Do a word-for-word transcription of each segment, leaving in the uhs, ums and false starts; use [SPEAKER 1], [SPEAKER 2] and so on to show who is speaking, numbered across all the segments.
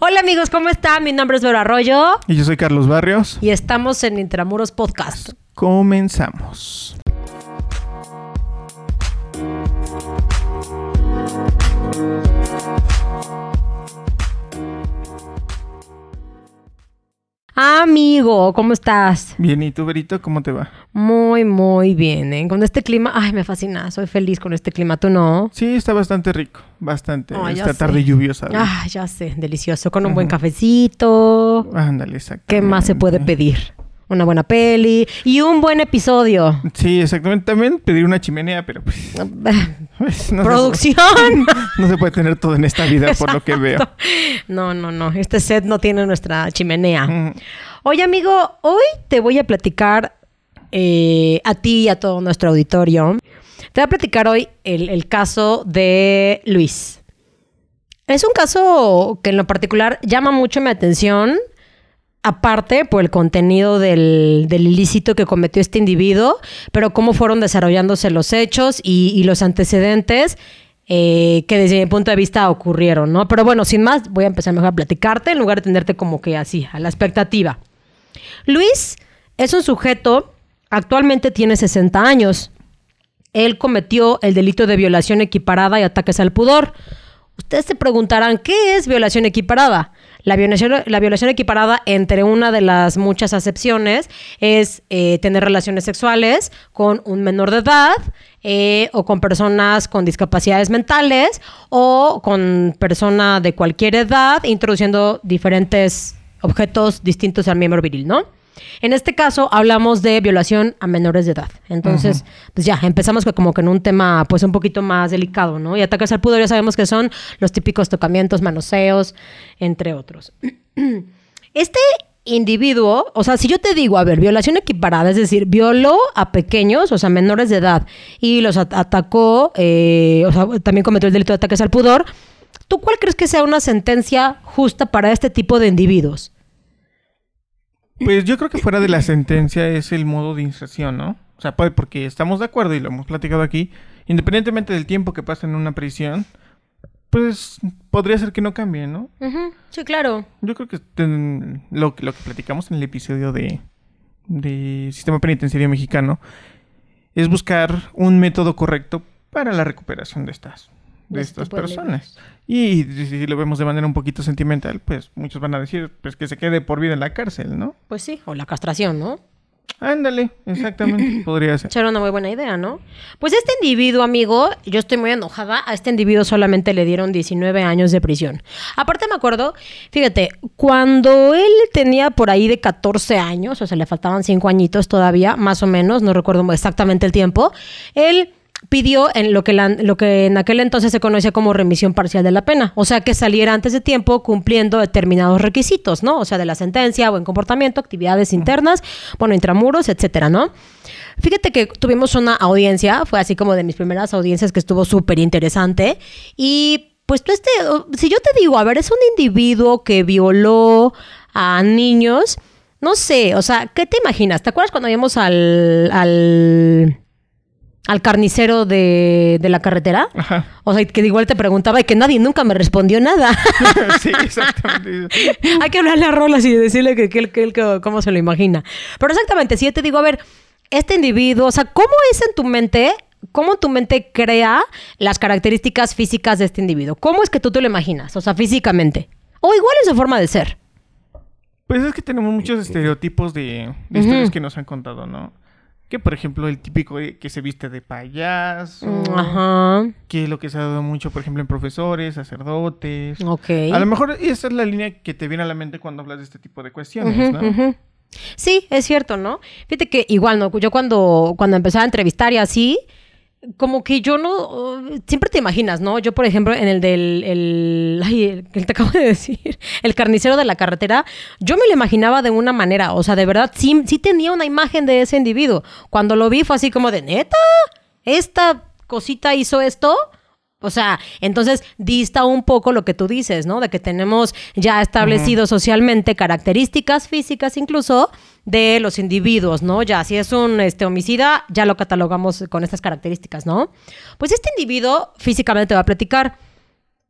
[SPEAKER 1] Hola amigos, ¿cómo están? Mi nombre es Vero Arroyo.
[SPEAKER 2] Y yo soy Carlos Barrios.
[SPEAKER 1] Y estamos en Intramuros Podcast.
[SPEAKER 2] Comenzamos.
[SPEAKER 1] Amigo, ¿cómo estás?
[SPEAKER 2] Bien, ¿y tú, Verito? ¿Cómo te va?
[SPEAKER 1] Muy, muy bien, ¿eh? Con este clima, ay, me fascina, soy feliz con este clima, ¿tú no?
[SPEAKER 2] Sí, está bastante rico, bastante.
[SPEAKER 1] Oh,
[SPEAKER 2] Esta
[SPEAKER 1] sé.
[SPEAKER 2] tarde lluviosa.
[SPEAKER 1] Ah, ya sé, delicioso, con un uh-huh. buen cafecito.
[SPEAKER 2] Ándale, exacto.
[SPEAKER 1] ¿Qué más se puede pedir? Una buena peli y un buen episodio.
[SPEAKER 2] Sí, exactamente. También pedir una chimenea, pero pues...
[SPEAKER 1] pues no ¡producción!
[SPEAKER 2] Se, no se puede tener todo en esta vida, por lo que veo.
[SPEAKER 1] No, no, no. Este set no tiene nuestra chimenea. Mm. Oye, amigo, hoy te voy a platicar eh, a ti y a todo nuestro auditorio. Te voy a platicar hoy el, el caso de Luis. Es un caso que en lo particular llama mucho mi atención. Aparte, por el contenido del, del ilícito que cometió este individuo, pero cómo fueron desarrollándose los hechos y, y los antecedentes eh, que desde mi punto de vista ocurrieron, ¿no? Pero bueno, sin más, voy a empezar mejor a platicarte en lugar de tenerte como que así, a la expectativa. Luis es un sujeto, actualmente tiene sesenta años. Él cometió el delito de violación equiparada y ataques al pudor. Ustedes se preguntarán, ¿qué es violación equiparada? La violación, la violación equiparada, entre una de las muchas acepciones, es eh, tener relaciones sexuales con un menor de edad eh, o con personas con discapacidades mentales o con personas de cualquier edad, introduciendo diferentes objetos distintos al miembro viril, ¿no? En este caso hablamos de violación a menores de edad. Entonces, uh-huh. pues ya, empezamos como que en un tema pues un poquito más delicado, ¿no? Y ataques al pudor ya sabemos que son los típicos tocamientos, manoseos, entre otros. Este individuo, o sea, si yo te digo, a ver, violación equiparada, es decir, violó a pequeños, o sea, menores de edad, y los at- atacó, eh, o sea, también cometió el delito de ataques al pudor, ¿tú cuál crees que sea una sentencia justa para este tipo de individuos?
[SPEAKER 2] Pues yo creo que fuera de la sentencia es el modo de inserción, ¿no? O sea, puede, porque estamos de acuerdo y lo hemos platicado aquí, independientemente del tiempo que pasa en una prisión, pues podría ser que no cambie, ¿no?
[SPEAKER 1] Uh-huh. Sí, claro.
[SPEAKER 2] Yo creo que ten, lo, lo que platicamos en el episodio de, de Sistema Penitenciario Mexicano es buscar un método correcto para la recuperación de estas, de
[SPEAKER 1] este
[SPEAKER 2] estas personas. Y si lo vemos de manera un poquito sentimental, pues muchos van a decir pues que se quede por vida en la cárcel, ¿no?
[SPEAKER 1] Pues sí, o la castración, ¿no?
[SPEAKER 2] Ándale, exactamente, podría ser.
[SPEAKER 1] Será una muy buena idea, ¿no? Pues este individuo, amigo, yo estoy muy enojada, a este individuo solamente le dieron diecinueve años de prisión. Aparte me acuerdo, fíjate, cuando él tenía por ahí de catorce años, o sea, le faltaban cinco añitos todavía, más o menos, no recuerdo exactamente el tiempo, él pidió en lo que, la, lo que en aquel entonces se conocía como remisión parcial de la pena. O sea, que saliera antes de tiempo cumpliendo determinados requisitos, ¿no? O sea, de la sentencia, buen comportamiento, actividades internas, bueno, intramuros, etcétera, ¿no? Fíjate que tuvimos una audiencia, fue así como de mis primeras audiencias que estuvo súper interesante. Y pues tú este, si yo te digo, a ver, es un individuo que violó a niños, no sé, o sea, ¿qué te imaginas? ¿Te acuerdas cuando íbamos al... al al carnicero de, de la carretera? Ajá. O sea, que igual te preguntaba y que nadie nunca me respondió nada.
[SPEAKER 2] Sí, exactamente.
[SPEAKER 1] Hay que hablarle a Rolas y decirle que, que, que, que cómo se lo imagina. Pero exactamente, si yo te digo, a ver, este individuo, o sea, ¿cómo es en tu mente, cómo tu mente crea las características físicas de este individuo? ¿Cómo es que tú te lo imaginas? O sea, físicamente. O igual en su forma de ser.
[SPEAKER 2] Pues es que tenemos muchos estereotipos de, de historias uh-huh. que nos han contado, ¿no? Que, por ejemplo, el típico que se viste de payaso.
[SPEAKER 1] Ajá.
[SPEAKER 2] Que es lo que se ha dado mucho, por ejemplo, en profesores, sacerdotes.
[SPEAKER 1] Ok.
[SPEAKER 2] A lo mejor esa es la línea que te viene a la mente cuando hablas de este tipo de cuestiones, uh-huh, ¿no?
[SPEAKER 1] Uh-huh. Sí, es cierto, ¿no? Fíjate que igual, ¿no? Yo cuando, cuando empezaba a entrevistar y así, como que yo no... Siempre te imaginas, ¿no? Yo, por ejemplo, en el del... El, ay, el que te acabo de decir. El carnicero de la carretera. Yo me lo imaginaba de una manera. O sea, de verdad, sí, sí tenía una imagen de ese individuo. Cuando lo vi fue así como de, ¿neta? ¿Esta cosita hizo esto? O sea, entonces dista un poco lo que tú dices, ¿no? De que tenemos ya establecido uh-huh. socialmente características físicas incluso de los individuos, ¿no? Ya si es un este, homicida, ya lo catalogamos con estas características, ¿no? Pues este individuo físicamente te va a platicar.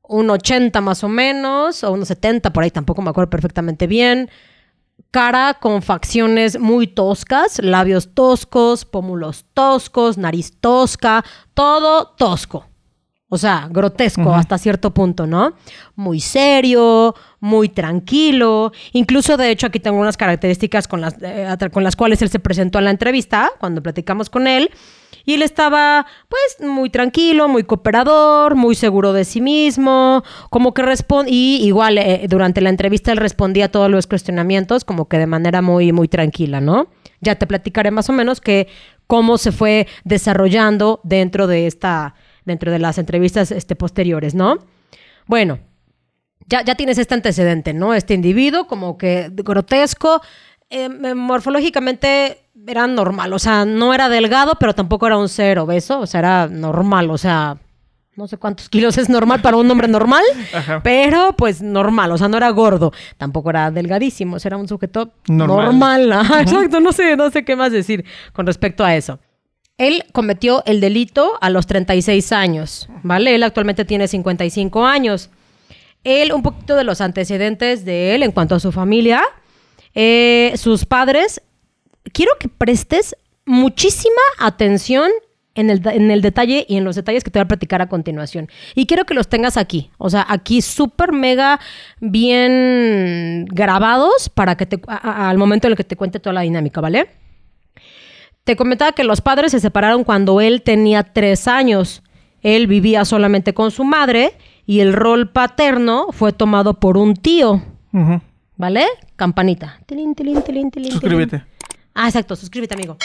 [SPEAKER 1] un ochenta más o menos, o unos setenta por ahí, tampoco me acuerdo perfectamente bien. Cara con facciones muy toscas, labios toscos, pómulos toscos, nariz tosca, todo tosco. O sea, grotesco uh-huh. hasta cierto punto, ¿no? Muy serio, muy tranquilo. Incluso, de hecho, aquí tengo unas características con las, eh, con las cuales él se presentó en la entrevista, cuando platicamos con él. Y él estaba, pues, muy tranquilo, muy cooperador, muy seguro de sí mismo, como que responde... Y igual, eh, durante la entrevista él respondía a todos los cuestionamientos como que de manera muy, muy tranquila, ¿no? Ya te platicaré más o menos que cómo se fue desarrollando dentro de esta... dentro de las entrevistas este, posteriores, ¿no? Bueno, ya, ya tienes este antecedente, ¿no? Este individuo como que grotesco, eh, morfológicamente era normal, o sea, no era delgado, pero tampoco era un ser obeso, o sea, era normal, o sea, no sé cuántos kilos es normal para un hombre normal, Ajá. pero pues normal, o sea, no era gordo, tampoco era delgadísimo, o sea, era un sujeto normal. normal. Ajá, uh-huh. Exacto, no sé, no sé qué más decir con respecto a eso. Él cometió el delito a los treinta y seis años, ¿vale? Él actualmente tiene cincuenta y cinco años. Él, un poquito de los antecedentes de él en cuanto a su familia. Eh, sus padres, quiero que prestes muchísima atención en el, en el detalle y en los detalles que te voy a platicar a continuación. Y quiero que los tengas aquí, o sea, aquí súper mega bien grabados para que te, a, a, al momento en el que te cuente toda la dinámica, ¿vale? Te comentaba que los padres se separaron cuando él tenía tres años. Él vivía solamente con su madre y el rol paterno fue tomado por un tío. Uh-huh. ¿Vale? Campanita. Tilín, tilín, tilín, tilín,
[SPEAKER 2] suscríbete.
[SPEAKER 1] Tilín. Ah, exacto. Suscríbete, amigo.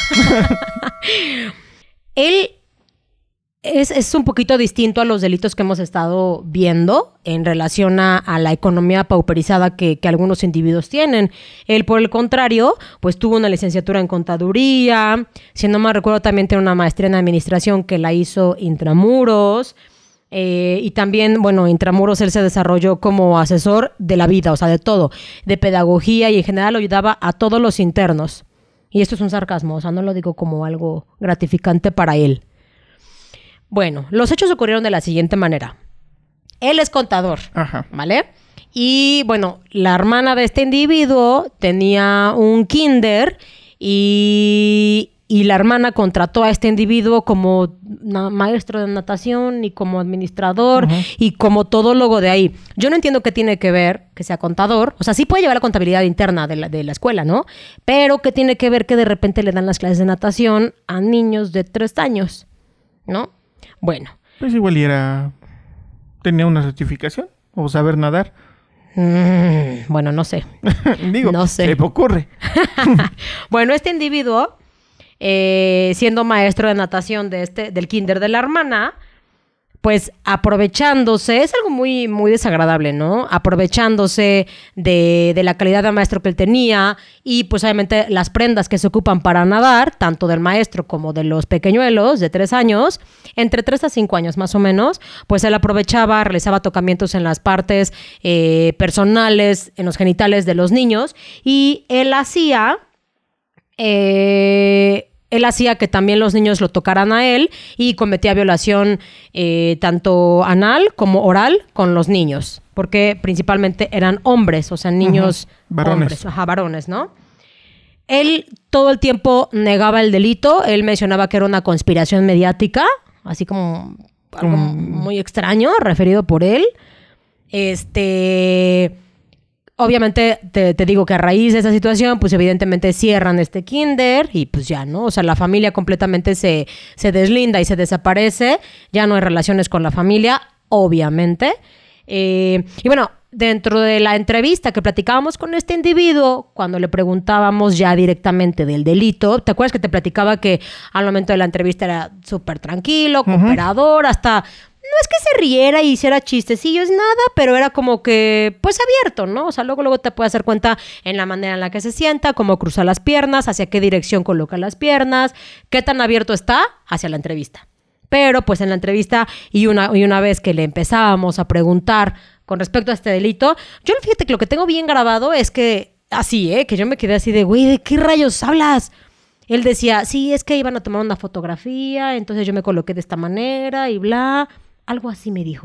[SPEAKER 1] Él es, es un poquito distinto a los delitos que hemos estado viendo en relación a, a la economía pauperizada que, que algunos individuos tienen. Él, por el contrario, pues tuvo una licenciatura en contaduría, si no me recuerdo también tiene una maestría en administración que la hizo intramuros, eh, y también, bueno, intramuros él se desarrolló como asesor de la vida, o sea, de todo, de pedagogía y en general ayudaba a todos los internos. Y esto es un sarcasmo, o sea, no lo digo como algo gratificante para él. Bueno, los hechos ocurrieron de la siguiente manera. Él es contador, Ajá. ¿vale? Y, bueno, la hermana de este individuo tenía un kinder y, y la hermana contrató a este individuo como maestro de natación y como administrador uh-huh. y como todólogo de ahí. Yo no entiendo qué tiene que ver que sea contador. O sea, sí puede llevar la contabilidad interna de la, de la escuela, ¿no? Pero ¿qué tiene que ver que de repente le dan las clases de natación a niños de tres años? ¿No? Bueno.
[SPEAKER 2] Pues igual y era... ¿Tenía una certificación? ¿O saber nadar?
[SPEAKER 1] Mm, bueno, no sé.
[SPEAKER 2] Digo,
[SPEAKER 1] no sé.
[SPEAKER 2] se me ocurre.
[SPEAKER 1] Bueno, este individuo, eh, siendo maestro de natación de este, del kinder de la hermana, pues aprovechándose, es algo muy, muy desagradable, ¿no? Aprovechándose de, de la calidad de maestro que él tenía y pues obviamente las prendas que se ocupan para nadar, tanto del maestro como de los pequeñuelos de tres años, entre tres a cinco años más o menos, pues él aprovechaba, realizaba tocamientos en las partes eh, personales, en los genitales de los niños y él hacía... Eh, Él hacía que también los niños lo tocaran a él y cometía violación eh, tanto anal como oral con los niños, porque principalmente eran hombres, o sea, niños
[SPEAKER 2] uh-huh. varones.
[SPEAKER 1] hombres, ajá, varones, ¿no? Él todo el tiempo negaba el delito, él mencionaba que era una conspiración mediática, así como algo um... muy extraño referido por él. Este... Obviamente, te, te digo que a raíz de esa situación, pues evidentemente cierran este kinder y pues ya, ¿no? O sea, la familia completamente se, se deslinda y se desaparece. Ya no hay relaciones con la familia, obviamente. Eh, y bueno, dentro de la entrevista que platicábamos con este individuo, cuando le preguntábamos ya directamente del delito, ¿te acuerdas que te platicaba que al momento de la entrevista era súper tranquilo, cooperador, uh-huh. hasta... No es que se riera y hiciera chistecillos, nada, pero era como que, pues, abierto, ¿no? O sea, luego, luego te puedes dar cuenta en la manera en la que se sienta, cómo cruza las piernas, hacia qué dirección coloca las piernas, qué tan abierto está hacia la entrevista. Pero, pues, en la entrevista y una, y una vez que le empezábamos a preguntar con respecto a este delito, yo fíjate que lo que tengo bien grabado es que, así, ¿eh? Que yo me quedé así de, güey, ¿de qué rayos hablas? Él decía, sí, es que iban a tomar una fotografía, entonces yo me coloqué de esta manera y bla... Algo así me dijo.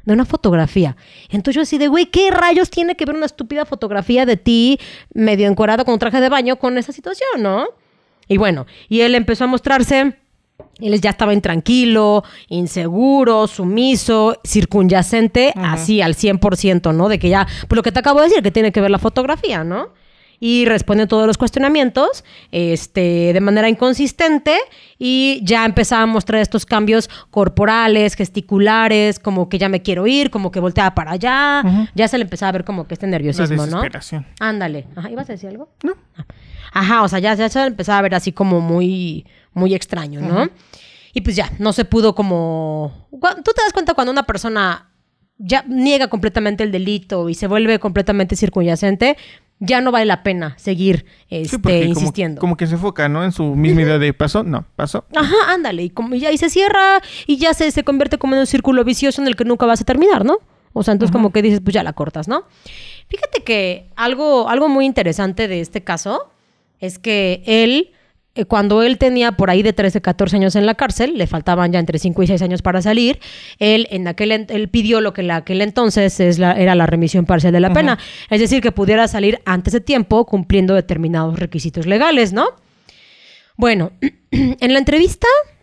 [SPEAKER 1] de una fotografía. Entonces yo así de, güey, ¿qué rayos tiene que ver una estúpida fotografía de ti medio encuerado con un traje de baño con esa situación, ¿no? Y bueno, y él empezó a mostrarse, él ya estaba intranquilo, inseguro, sumiso, circunyacente, uh-huh. así al cien por ciento, ¿no? De que ya, pues lo que te acabo de decir, que tiene que ver la fotografía, ¿no? Y responde todos los cuestionamientos este, de manera inconsistente y ya empezaba a mostrar estos cambios corporales, gesticulares, como que ya me quiero ir, como que volteaba para allá. Uh-huh. Ya se le empezaba a ver como que este nerviosismo, ¿no?
[SPEAKER 2] Desesperación.
[SPEAKER 1] Ándale. Ajá, ¿ibas a decir algo?
[SPEAKER 2] No.
[SPEAKER 1] Ajá, o sea, ya, ya se empezaba a ver así como muy, muy extraño, ¿no? Uh-huh. Y pues ya, no se pudo como... Tú te das cuenta cuando una persona ya niega completamente el delito y se vuelve completamente circunyacente, ya no vale la pena seguir este, sí, insistiendo.
[SPEAKER 2] Como, como que se enfoca, ¿no? En su misma idea de paso, no, paso.
[SPEAKER 1] Ajá, ándale. Y, como, y ya y se cierra y ya se, se convierte como en un círculo vicioso en el que nunca vas a terminar, ¿no? O sea, entonces uh-huh. como que dices, pues ya la cortas, ¿no? Fíjate que algo, algo muy interesante de este caso es que él, eh, cuando él tenía por ahí de trece, catorce años en la cárcel, le faltaban ya entre cinco y seis años para salir, él en aquel él pidió lo que en aquel entonces es la, era la remisión parcial de la uh-huh. pena, es decir, que pudiera salir antes de tiempo cumpliendo determinados requisitos legales, ¿no? Bueno, en la entrevista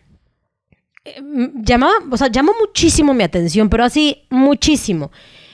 [SPEAKER 1] eh, llamaba, o sea, llamó muchísimo mi atención, pero así muchísimo.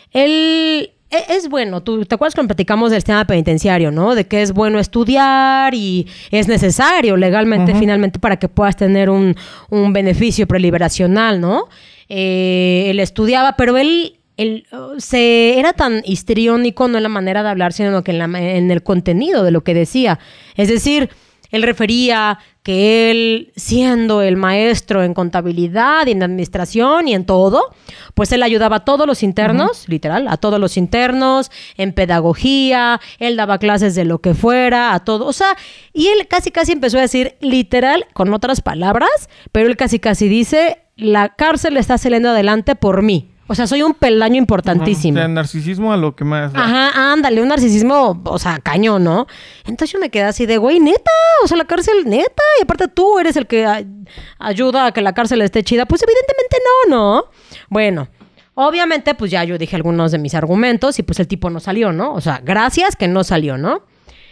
[SPEAKER 1] Él es bueno, tú te acuerdas cuando platicamos del sistema penitenciario, ¿no? De que es bueno estudiar y es necesario legalmente, uh-huh. finalmente, para que puedas tener un, un beneficio preliberacional, ¿no? Eh, él estudiaba, pero él, él se, era tan histriónico, no en la manera de hablar, sino que en, la, en el contenido de lo que decía. Es decir, él refería que él, siendo el maestro en contabilidad y en administración y en todo, pues él ayudaba a todos los internos, uh-huh. literal, a todos los internos, en pedagogía, él daba clases de lo que fuera, a todo, o sea, y él casi casi empezó a decir, literal, con otras palabras, pero él casi casi dice, la cárcel está saliendo adelante por mí. O sea, soy un peldaño importantísimo.
[SPEAKER 2] Ajá, o sea, narcisismo a lo que más da.
[SPEAKER 1] Ajá, ándale, un narcisismo, o sea, cañón, ¿no? Entonces yo me quedé así de, güey, neta, o sea, la cárcel, neta, y aparte tú eres el que a- ayuda a que la cárcel esté chida. Pues evidentemente no, ¿no? Bueno, obviamente, pues ya yo dije algunos de mis argumentos y pues el tipo no salió, ¿no? O sea, gracias que no salió, ¿no?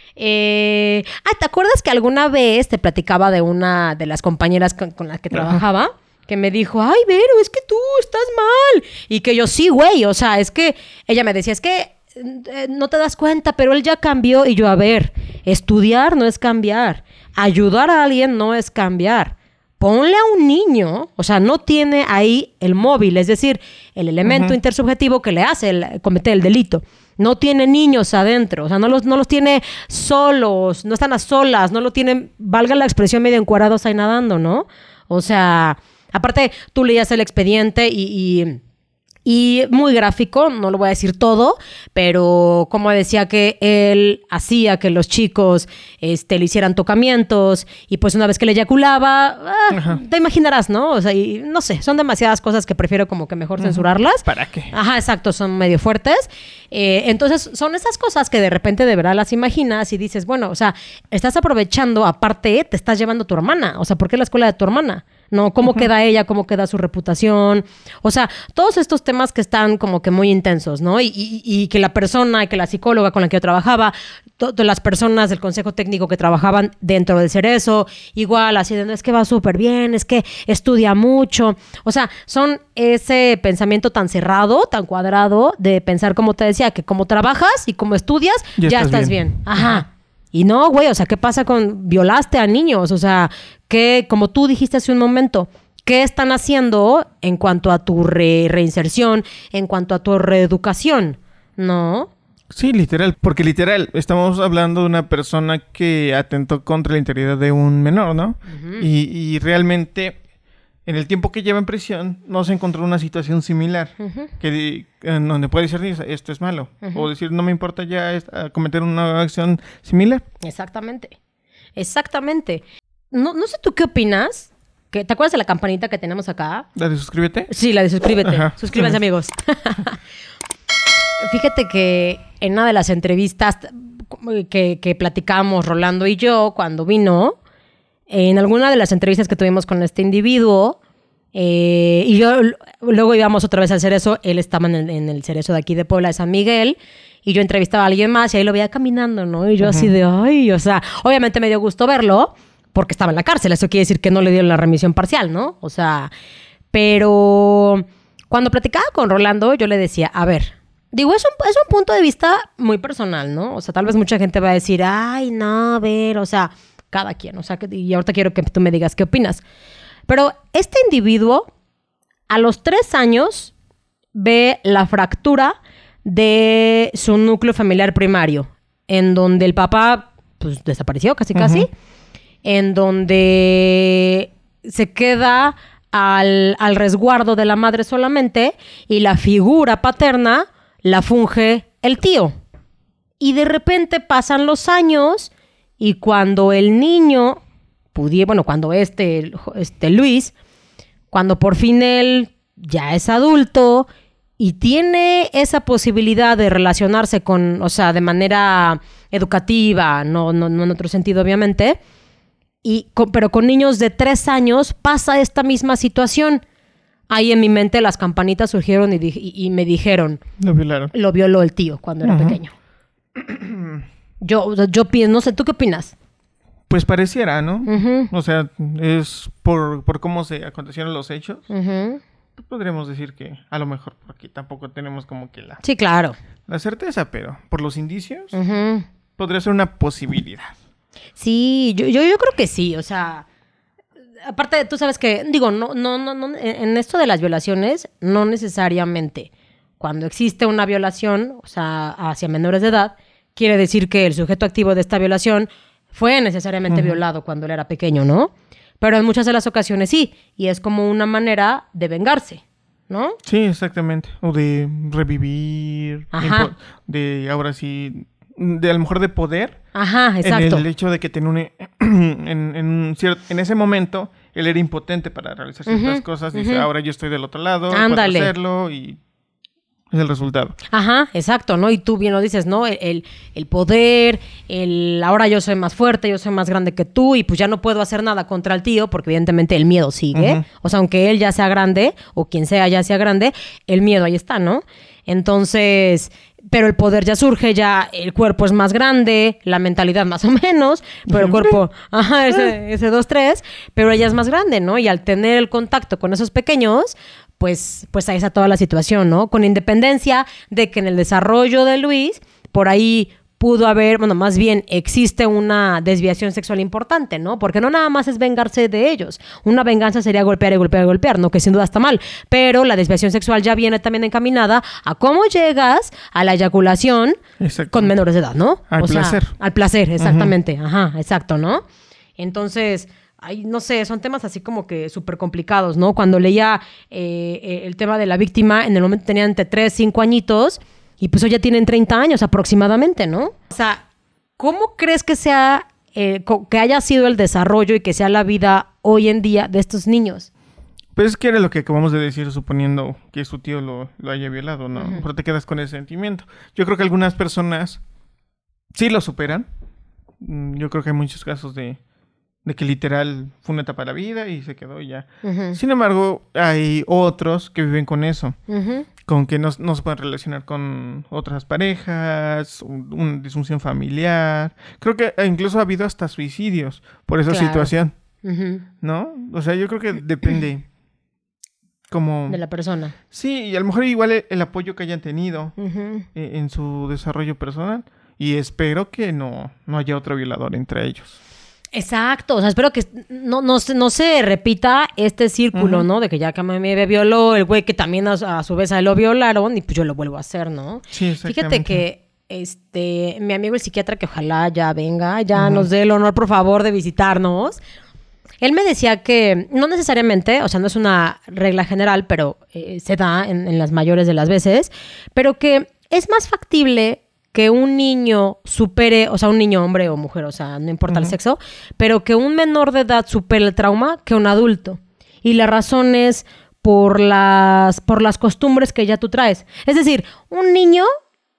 [SPEAKER 1] Eh... Ah, ¿te acuerdas que alguna vez te platicaba de una de las compañeras con, con las que
[SPEAKER 2] Ajá.
[SPEAKER 1] trabajaba? Que me dijo, ay, Vero, es que tú estás mal. Y que yo, sí, güey, o sea, es que... Ella me decía, es que eh, no te das cuenta, pero él ya cambió. Y yo, a ver, estudiar no es cambiar. Ayudar a alguien no es cambiar. Ponle a un niño, o sea, no tiene ahí el móvil, es decir, el elemento uh-huh. intersubjetivo que le hace el, cometer el delito. No tiene niños adentro, o sea, no los, no los tiene solos, no están a solas, no lo tienen, valga la expresión, medio encuadrados ahí nadando, ¿no? O sea... Aparte, tú leías el expediente y, y, y muy gráfico, no lo voy a decir todo, pero como decía que él hacía que los chicos este, le hicieran tocamientos y pues una vez que le eyaculaba, ah, te imaginarás, ¿no? O sea, y, no sé, son demasiadas cosas que prefiero como que mejor censurarlas.
[SPEAKER 2] ¿Para qué?
[SPEAKER 1] Ajá, exacto, son medio fuertes. Eh, entonces, son esas cosas que de repente de verdad las imaginas y dices, bueno, o sea, estás aprovechando, aparte, te estás llevando a tu hermana. O sea, ¿por qué la escuela de tu hermana? ¿No? ¿Cómo uh-huh. queda ella? ¿Cómo queda su reputación? O sea, todos estos temas que están como que muy intensos, ¿no? Y, y, y que la persona, que la psicóloga con la que yo trabajaba, todas las personas del consejo técnico que trabajaban dentro del Cerezo, igual, así de, no, es que va súper bien, es que estudia mucho. O sea, son ese pensamiento tan cerrado, tan cuadrado, de pensar, como te decía, que como trabajas y como estudias, ya, ya estás, estás bien. bien. Ajá. Y no, güey, o sea, ¿qué pasa con violaste a niños? O sea, que como tú dijiste hace un momento, ¿qué están haciendo en cuanto a tu re- reinserción, en cuanto a tu reeducación? ¿No?
[SPEAKER 2] Sí, literal, porque literal, estamos hablando de una persona que atentó contra la integridad de un menor, ¿no? Uh-huh. Y, y realmente, en el tiempo que lleva en prisión, no se encontró una situación similar, uh-huh. que en donde puede decir, esto es malo, uh-huh. o decir, no me importa ya es, cometer una acción similar.
[SPEAKER 1] Exactamente, exactamente. No, no sé tú qué opinas. ¿Te acuerdas de la campanita que tenemos acá?
[SPEAKER 2] ¿La de suscríbete?
[SPEAKER 1] Sí, la de suscríbete. Ajá. Suscríbanse, amigos. Fíjate que en una de las entrevistas que, que platicamos Rolando y yo cuando vino, en alguna de las entrevistas que tuvimos con este individuo, Eh, y yo luego íbamos otra vez al Cerezo. Él estaba en el, en el Cerezo de aquí de Puebla, de San Miguel. Y yo entrevistaba a alguien más y ahí lo veía caminando, ¿no? Y yo uh-huh. así de, ay, o sea, obviamente me dio gusto verlo porque estaba en la cárcel. Eso quiere decir que no le dieron la remisión parcial, ¿no? O sea, pero cuando platicaba con Rolando, yo le decía, a ver, digo, es un, es un punto de vista muy personal, ¿no? O sea, tal vez mucha gente va a decir, ay, no, a ver, o sea, cada quien, o sea, que, y ahorita quiero que tú me digas qué opinas. Pero este individuo, a los tres años, ve la fractura de su núcleo familiar primario, en donde el papá, pues, desapareció casi casi, uh-huh. en donde se queda al, al resguardo de la madre solamente y la figura paterna la funge el tío. Y de repente pasan los años y cuando el niño pudiera, bueno, cuando este, este Luis, cuando por fin él ya es adulto y tiene esa posibilidad de relacionarse con, o sea, de manera educativa, no, no, no en otro sentido, obviamente, y con, pero con niños de tres años pasa esta misma situación. Ahí en mi mente las campanitas surgieron y, di- y, y me dijeron...
[SPEAKER 2] Lo violaron.
[SPEAKER 1] Lo violó el tío cuando era uh-huh. pequeño. yo, yo pienso, no sé, ¿tú qué opinas?
[SPEAKER 2] Pues pareciera, ¿no?
[SPEAKER 1] Uh-huh.
[SPEAKER 2] O sea, es por, por cómo se acontecieron los hechos.
[SPEAKER 1] Uh-huh.
[SPEAKER 2] Podríamos decir que a lo mejor por aquí tampoco tenemos como que la...
[SPEAKER 1] Sí, claro.
[SPEAKER 2] La certeza, pero por los indicios
[SPEAKER 1] Uh-huh.
[SPEAKER 2] podría ser una posibilidad.
[SPEAKER 1] Sí, yo, yo, yo creo que sí, o sea... Aparte, tú sabes que, digo, no, no, no, no, en esto de las violaciones, no necesariamente cuando existe una violación, o sea, hacia menores de edad, quiere decir que el sujeto activo de esta violación fue necesariamente uh-huh. violado cuando él era pequeño, ¿no? Pero en muchas de las ocasiones sí, y es como una manera de vengarse, ¿no?
[SPEAKER 2] Sí, exactamente. O de revivir,
[SPEAKER 1] Ajá.
[SPEAKER 2] de ahora sí, de a lo mejor de poder.
[SPEAKER 1] Ajá, exacto.
[SPEAKER 2] En el hecho de que tenía un, en, en, un cierto, en ese momento él era impotente para realizar ciertas uh-huh, cosas. Dice, uh-huh. ahora yo estoy del otro lado,
[SPEAKER 1] Ándale.
[SPEAKER 2] puedo hacerlo y es el resultado.
[SPEAKER 1] Ajá, exacto, ¿no? Y tú bien lo dices, ¿no? El, el, el poder, el ahora yo soy más fuerte, yo soy más grande que tú y pues ya no puedo hacer nada contra el tío porque evidentemente el miedo sigue. Uh-huh. O sea, aunque él ya sea grande o quien sea ya sea grande, el miedo ahí está, ¿no? Entonces... Pero el poder ya surge, ya el cuerpo es más grande, la mentalidad más o menos, pero el cuerpo, ajá, ese, ese dos, tres, pero ella es más grande, ¿no? Y al tener el contacto con esos pequeños, pues, pues ahí está toda la situación, ¿no? Con independencia de que en el desarrollo de Luis, por ahí pudo haber, bueno, más bien existe una desviación sexual importante, ¿no? Porque no nada más es vengarse de ellos. Una venganza sería golpear y golpear y golpear, ¿no? Que sin duda está mal. Pero la desviación sexual ya viene también encaminada a cómo llegas a la eyaculación con menores de edad, ¿no?
[SPEAKER 2] Al
[SPEAKER 1] o
[SPEAKER 2] placer.
[SPEAKER 1] Sea, al placer, exactamente. Uh-huh. Ajá, exacto, ¿no? Entonces... Ay, no sé, son temas así como que súper complicados, ¿no? Cuando leía eh, el tema de la víctima, en el momento tenía entre tres, cinco añitos... Y pues hoy ya tienen treinta años aproximadamente, ¿no? O sea, ¿cómo crees que sea, eh, que haya sido el desarrollo y que sea la vida hoy en día de estos niños?
[SPEAKER 2] Pues es que era lo que acabamos de decir, suponiendo que su tío lo, lo haya violado, ¿no? Uh-huh. Pero te quedas con ese sentimiento. Yo creo que algunas personas sí lo superan. Yo creo que hay muchos casos de, de que literal fue una etapa de la vida y se quedó y ya. Uh-huh. Sin embargo, hay otros que viven con eso. Uh-huh. Con que no, no se pueden relacionar con otras parejas, un, una disfunción familiar. Creo que incluso ha habido hasta suicidios por esa claro. situación. Uh-huh. ¿No? O sea, yo creo que depende como...
[SPEAKER 1] de la persona.
[SPEAKER 2] Sí, y a lo mejor igual el, el apoyo que hayan tenido
[SPEAKER 1] uh-huh.
[SPEAKER 2] eh, en su desarrollo personal. Y espero que no, no haya otro violador entre ellos.
[SPEAKER 1] Exacto, o sea, espero que no, no, no se repita este círculo, uh-huh. ¿no? De que ya que me violó el güey que también a, a su vez a él lo violaron y pues yo lo vuelvo a hacer, ¿no?
[SPEAKER 2] Sí, exactamente.
[SPEAKER 1] Fíjate que este, mi amigo el psiquiatra, que ojalá ya venga, ya uh-huh. nos dé el honor, por favor, de visitarnos. Él me decía que no necesariamente, o sea, no es una regla general, pero eh, se da en, en las mayores de las veces, pero que es más factible que un niño supere, o sea, un niño hombre o mujer, o sea, no importa uh-huh. el sexo, pero que un menor de edad supere el trauma que un adulto. Y la razón es por las, por las costumbres que ya tú traes. Es decir, un niño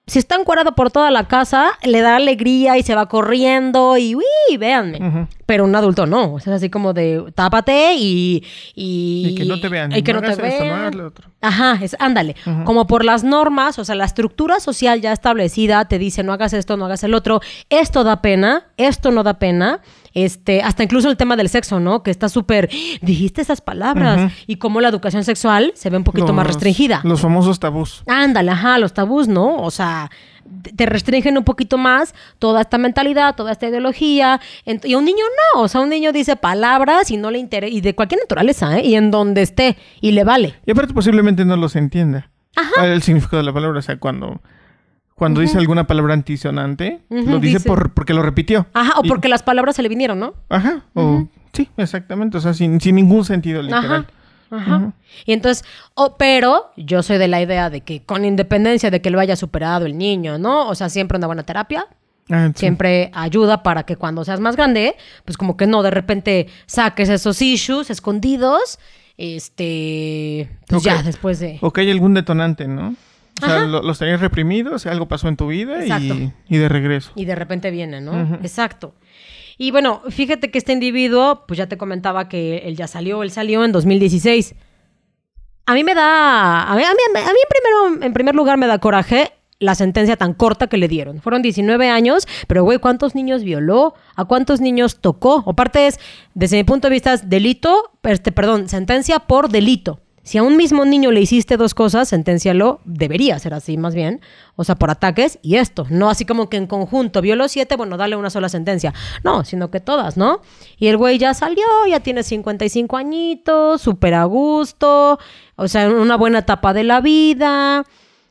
[SPEAKER 1] si está encuerado por toda la casa, le da alegría y se va corriendo y uy, véanme. Uh-huh. Pero un adulto no. O sea, es así como de tápate y... Y,
[SPEAKER 2] y que no te vean.
[SPEAKER 1] Y que no, no te vean. Esto, no hagas lo otro. Ajá, es, ándale. Uh-huh. Como por las normas, o sea, la estructura social ya establecida te dice no hagas esto, no hagas el otro. Esto da pena, esto no da pena. Este, hasta incluso el tema del sexo, ¿no? Que está súper... Dijiste esas palabras. Uh-huh. Y cómo la educación sexual se ve un poquito
[SPEAKER 2] los,
[SPEAKER 1] más restringida.
[SPEAKER 2] Los famosos tabús.
[SPEAKER 1] Ándale, ajá, los tabús, ¿no? O sea, te restringen un poquito más toda esta mentalidad, toda esta ideología. Y a un niño no. O sea, un niño dice palabras y no le interesa... Y de cualquier naturaleza, ¿eh? Y en donde esté. Y le vale.
[SPEAKER 2] Y aparte posiblemente no los entienda.
[SPEAKER 1] Ajá.
[SPEAKER 2] El significado de la palabra. O sea, cuando... Cuando uh-huh. dice alguna palabra antisonante, uh-huh, lo dice, dice por, porque lo repitió.
[SPEAKER 1] Ajá, o
[SPEAKER 2] y... porque
[SPEAKER 1] las palabras se le vinieron, ¿no?
[SPEAKER 2] Ajá, o... Uh-huh. Sí, exactamente. O sea, sin, sin ningún sentido literal.
[SPEAKER 1] Ajá, ajá. Uh-huh. Y entonces, oh, pero yo soy de la idea de que con independencia de que lo haya superado el niño, ¿no? O sea, siempre una buena terapia. Ah, sí. Siempre ayuda para que cuando seas más grande, pues como que no, de repente saques esos issues escondidos. Este... Pues okay. Ya, después de...
[SPEAKER 2] O que hay algún detonante, ¿no? O sea, lo, los tenías reprimidos, algo pasó en tu vida y, y de regreso.
[SPEAKER 1] Y de repente viene, ¿no? Uh-huh. Exacto. Y bueno, fíjate que este individuo, pues ya te comentaba que él ya salió, él salió en dos mil dieciséis. A mí me da, a mí, a mí, a mí en, primero, en primer lugar me da coraje la sentencia tan corta que le dieron. Fueron diecinueve años, pero güey, ¿cuántos niños violó? ¿A cuántos niños tocó? Aparte es, desde mi punto de vista, es delito, este, perdón, sentencia por delito. Si a un mismo niño le hiciste dos cosas, senténcialo, debería ser así más bien, o sea, por ataques y esto, no así como que en conjunto, violó siete, bueno, dale una sola sentencia, no, sino que todas, ¿no? Y el güey ya salió, ya tiene cincuenta y cinco añitos, súper a gusto, o sea, una buena etapa de la vida,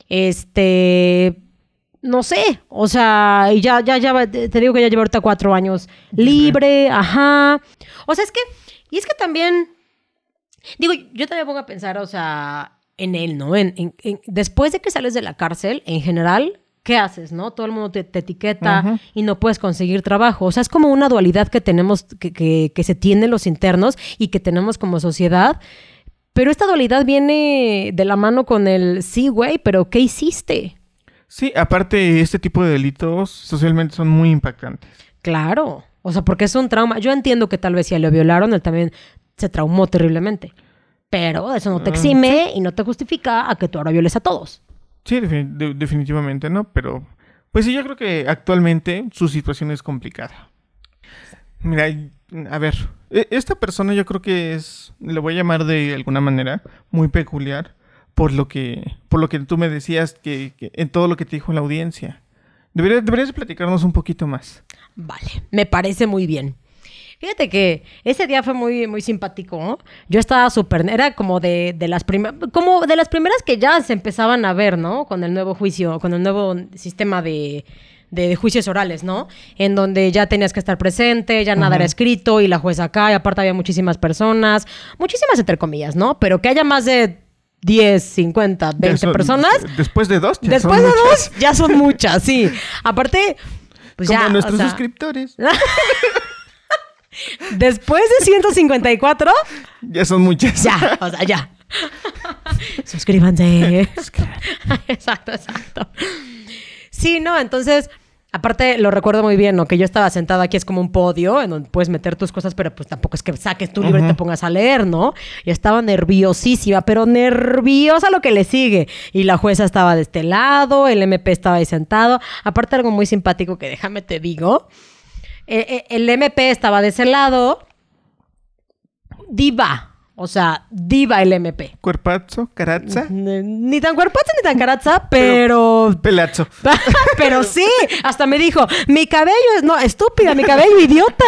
[SPEAKER 1] este... No sé, o sea, y ya, ya, ya, te digo que ya lleva ahorita cuatro años libre, ajá, o sea, es que, y es que también... Digo, yo también pongo a pensar, o sea, en él, ¿no? En, en, en, después de que sales de la cárcel, en general, ¿qué haces, no? Todo el mundo te, te etiqueta uh-huh. y no puedes conseguir trabajo. O sea, es como una dualidad que tenemos, que, que, que se tiene los internos y que tenemos como sociedad. Pero esta dualidad viene de la mano con el, sí, güey, pero ¿qué hiciste?
[SPEAKER 2] Sí, aparte, este tipo de delitos socialmente son muy impactantes.
[SPEAKER 1] Claro. O sea, porque es un trauma. Yo entiendo que tal vez si lo violaron, él también... se traumó terriblemente. Pero eso no te exime uh, sí. y no te justifica a que tú ahora violes a todos.
[SPEAKER 2] Sí, defin- de- definitivamente, ¿no? Pero, pues sí, yo creo que actualmente su situación es complicada. Mira, a ver, esta persona yo creo que es, le voy a llamar de alguna manera, muy peculiar, por lo que, por lo que tú me decías que, que en todo lo que te dijo la audiencia. Deberías, deberías platicarnos un poquito más.
[SPEAKER 1] Vale, me parece muy bien. Fíjate que ese día fue muy, muy simpático, ¿no? Yo estaba súper... Era como de, de las primeras... Como de las primeras que ya se empezaban a ver, ¿no? Con el nuevo juicio, con el nuevo sistema de, de, de juicios orales, ¿no? En donde ya tenías que estar presente, ya nada uh-huh. era escrito y la jueza acá, y aparte había muchísimas personas, muchísimas entre comillas, ¿no? Pero que haya más de diez, cincuenta, veinte son, personas...
[SPEAKER 2] Después de dos,
[SPEAKER 1] ya Después son de muchas. dos, ya son muchas, sí. Aparte, pues
[SPEAKER 2] como
[SPEAKER 1] ya...
[SPEAKER 2] Como nuestros
[SPEAKER 1] o sea,
[SPEAKER 2] suscriptores.
[SPEAKER 1] Después de ciento cincuenta y cuatro...
[SPEAKER 2] Ya son muchas.
[SPEAKER 1] Ya, o sea, ya. Suscríbanse. Exacto, exacto. Sí, no, entonces... Aparte, lo recuerdo muy bien, ¿no? Que yo estaba sentada aquí, es como un podio en donde puedes meter tus cosas, pero pues tampoco es que saques tu libro uh-huh. y te pongas a leer, ¿no? Y estaba nerviosísima, pero nerviosa lo que le sigue. Y la jueza estaba de este lado, el M P estaba ahí sentado. Aparte, algo muy simpático que déjame te digo... El, el M P estaba de ese lado. Diva. O sea, diva el M P.
[SPEAKER 2] ¿Cuerpazo? ¿Carazza?
[SPEAKER 1] Ni tan cuerpazo ni tan carazza, pero...
[SPEAKER 2] pero pelazo.
[SPEAKER 1] Pero sí. Hasta me dijo, mi cabello es... No, estúpida, mi cabello, idiota.